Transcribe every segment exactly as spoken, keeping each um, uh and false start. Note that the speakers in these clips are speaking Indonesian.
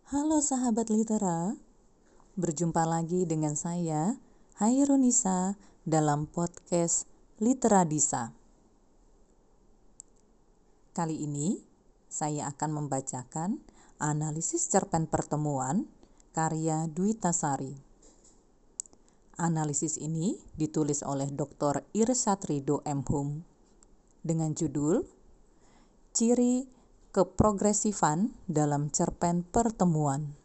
Halo sahabat litera, berjumpa lagi dengan saya, Hairunisa, dalam podcast Litera Disa. Kali ini, saya akan membacakan analisis cerpen pertemuan karya Dwi Tasari. Analisis ini ditulis oleh doktor Irsad Ridho M Hum dengan judul Ciri Keprogresifan dalam Cerpen Pertemuan.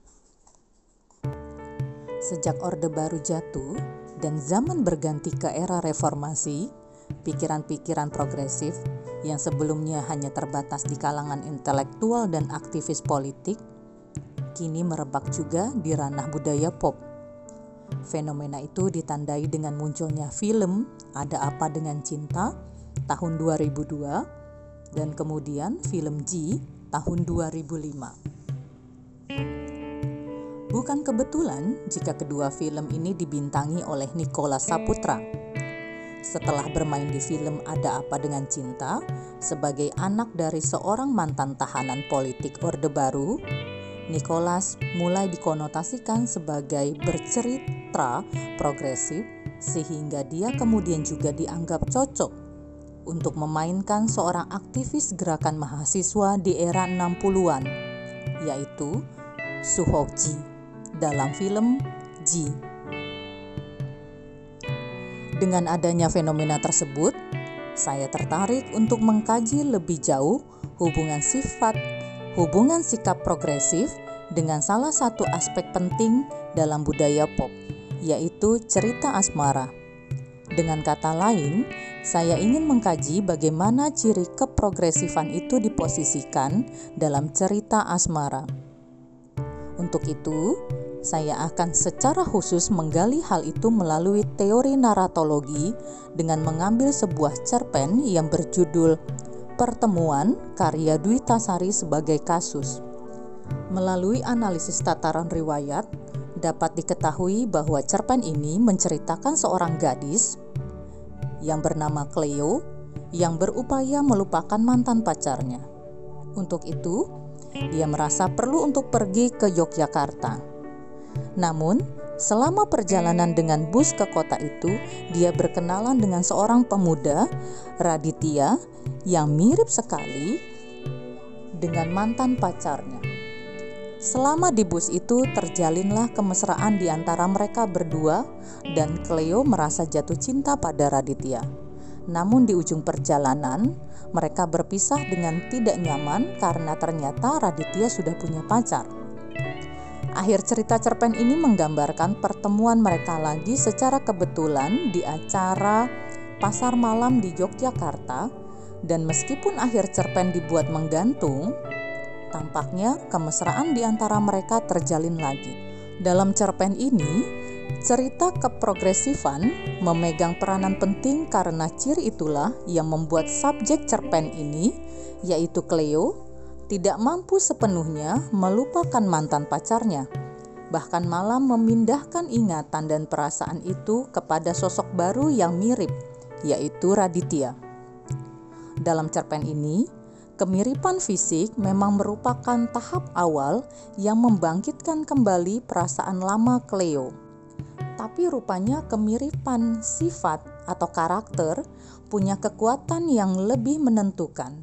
Sejak Orde Baru jatuh dan zaman berganti ke era reformasi, pikiran-pikiran progresif yang sebelumnya hanya terbatas di kalangan intelektual dan aktivis politik, kini merebak juga di ranah budaya pop. Fenomena itu ditandai dengan munculnya film Ada Apa Dengan Cinta tahun dua ribu dua dan kemudian film Ji tahun dua ribu lima. Bukan kebetulan jika kedua film ini dibintangi oleh Nicholas Saputra. Setelah bermain di film Ada Apa Dengan Cinta sebagai anak dari seorang mantan tahanan politik Orde Baru, Nicholas mulai dikonotasikan sebagai bercerita progresif sehingga dia kemudian juga dianggap cocok untuk memainkan seorang aktivis gerakan mahasiswa di era enam puluhan, yaitu Soo Hok-ji dalam film Ji. Dengan adanya fenomena tersebut, saya tertarik untuk mengkaji lebih jauh hubungan sifat, hubungan sikap progresif dengan salah satu aspek penting dalam budaya pop, yaitu cerita asmara. Dengan kata lain, saya ingin mengkaji bagaimana ciri keprogresifan itu diposisikan dalam cerita asmara. Untuk itu, saya akan secara khusus menggali hal itu melalui teori naratologi dengan mengambil sebuah cerpen yang berjudul Pertemuan karya Dwi Tasari sebagai kasus. Melalui analisis tataran riwayat, dapat diketahui bahwa cerpen ini menceritakan seorang gadis yang bernama Cleo yang berupaya melupakan mantan pacarnya. Untuk itu, dia merasa perlu untuk pergi ke Yogyakarta. Namun, selama perjalanan dengan bus ke kota itu, dia berkenalan dengan seorang pemuda, Raditya, yang mirip sekali dengan mantan pacarnya. Selama di bus itu terjalinlah kemesraan di antara mereka berdua dan Cleo merasa jatuh cinta pada Raditya. Namun di ujung perjalanan, mereka berpisah dengan tidak nyaman karena ternyata Raditya sudah punya pacar. Akhir cerita cerpen ini menggambarkan pertemuan mereka lagi secara kebetulan di acara pasar malam di Yogyakarta, dan meskipun akhir cerpen dibuat menggantung, tampaknya kemesraan di antara mereka terjalin lagi. Dalam cerpen ini, cerita keprogresifan memegang peranan penting karena ciri itulah yang membuat subjek cerpen ini, yaitu Cleo, tidak mampu sepenuhnya melupakan mantan pacarnya. Bahkan malah memindahkan ingatan dan perasaan itu kepada sosok baru yang mirip, yaitu Raditya. Dalam cerpen ini, kemiripan fisik memang merupakan tahap awal yang membangkitkan kembali perasaan lama Cleo. Tapi rupanya kemiripan sifat atau karakter punya kekuatan yang lebih menentukan.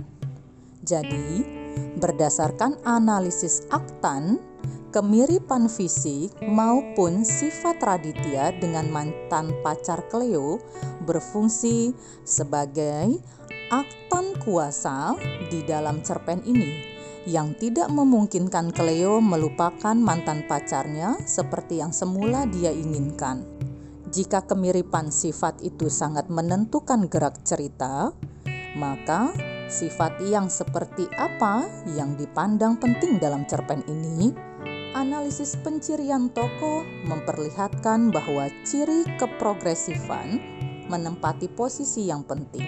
Jadi, berdasarkan analisis Aktan, kemiripan fisik maupun sifat Raditya dengan mantan pacar Cleo berfungsi sebagai aktan kuasa di dalam cerpen ini yang tidak memungkinkan Cleo melupakan mantan pacarnya seperti yang semula dia inginkan. Jika kemiripan sifat itu sangat menentukan gerak cerita, maka sifat yang seperti apa yang dipandang penting dalam cerpen ini? Analisis pencirian tokoh memperlihatkan bahwa ciri keprogresifan menempati posisi yang penting.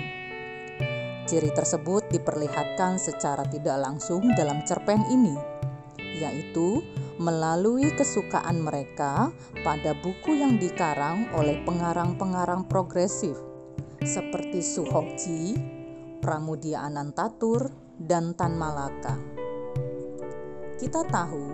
Ciri tersebut diperlihatkan secara tidak langsung dalam cerpen ini, yaitu melalui kesukaan mereka pada buku yang dikarang oleh pengarang-pengarang progresif seperti Soo Hok-ji, Pramudia Anantatur, dan Tan Malaka. Kita tahu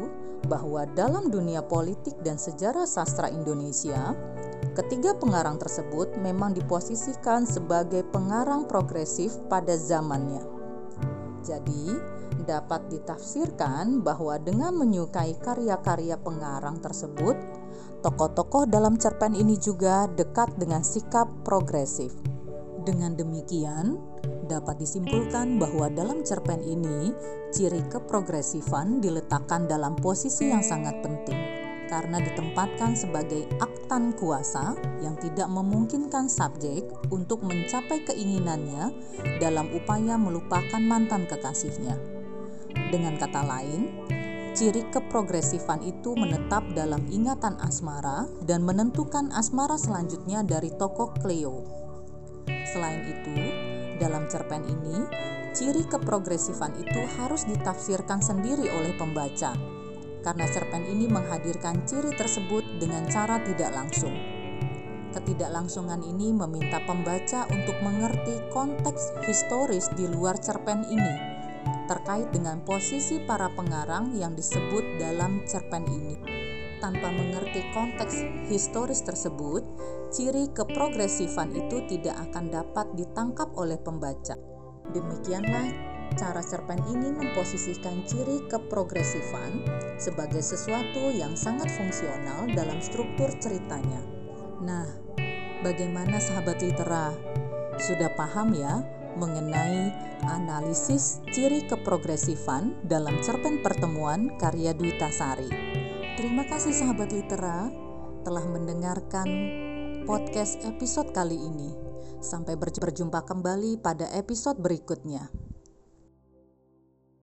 bahwa dalam dunia politik dan sejarah sastra Indonesia, ketiga pengarang tersebut memang diposisikan sebagai pengarang progresif pada zamannya. Jadi, dapat ditafsirkan bahwa dengan menyukai karya-karya pengarang tersebut, tokoh-tokoh dalam cerpen ini juga dekat dengan sikap progresif. Dengan demikian, dapat disimpulkan bahwa dalam cerpen ini, ciri keprogresifan diletakkan dalam posisi yang sangat penting karena ditempatkan sebagai aktan kuasa yang tidak memungkinkan subjek untuk mencapai keinginannya dalam upaya melupakan mantan kekasihnya. Dengan kata lain, ciri keprogresifan itu menetap dalam ingatan asmara dan menentukan asmara selanjutnya dari tokoh Cleo. Selain itu, dalam cerpen ini, ciri keprogresifan itu harus ditafsirkan sendiri oleh pembaca, karena cerpen ini menghadirkan ciri tersebut dengan cara tidak langsung. Ketidaklangsungan ini meminta pembaca untuk mengerti konteks historis di luar cerpen ini, terkait dengan posisi para pengarang yang disebut dalam cerpen ini. Tanpa mengerti konteks historis tersebut, ciri keprogresifan itu tidak akan dapat ditangkap oleh pembaca. Demikianlah cara cerpen ini memposisikan ciri keprogresifan sebagai sesuatu yang sangat fungsional dalam struktur ceritanya. Nah, bagaimana sahabat litera? Sudah paham ya mengenai analisis ciri keprogresifan dalam cerpen Pertemuan karya Dwi Tasari? Terima kasih sahabat litera telah mendengarkan podcast episode kali ini. Sampai berjumpa kembali pada episode berikutnya.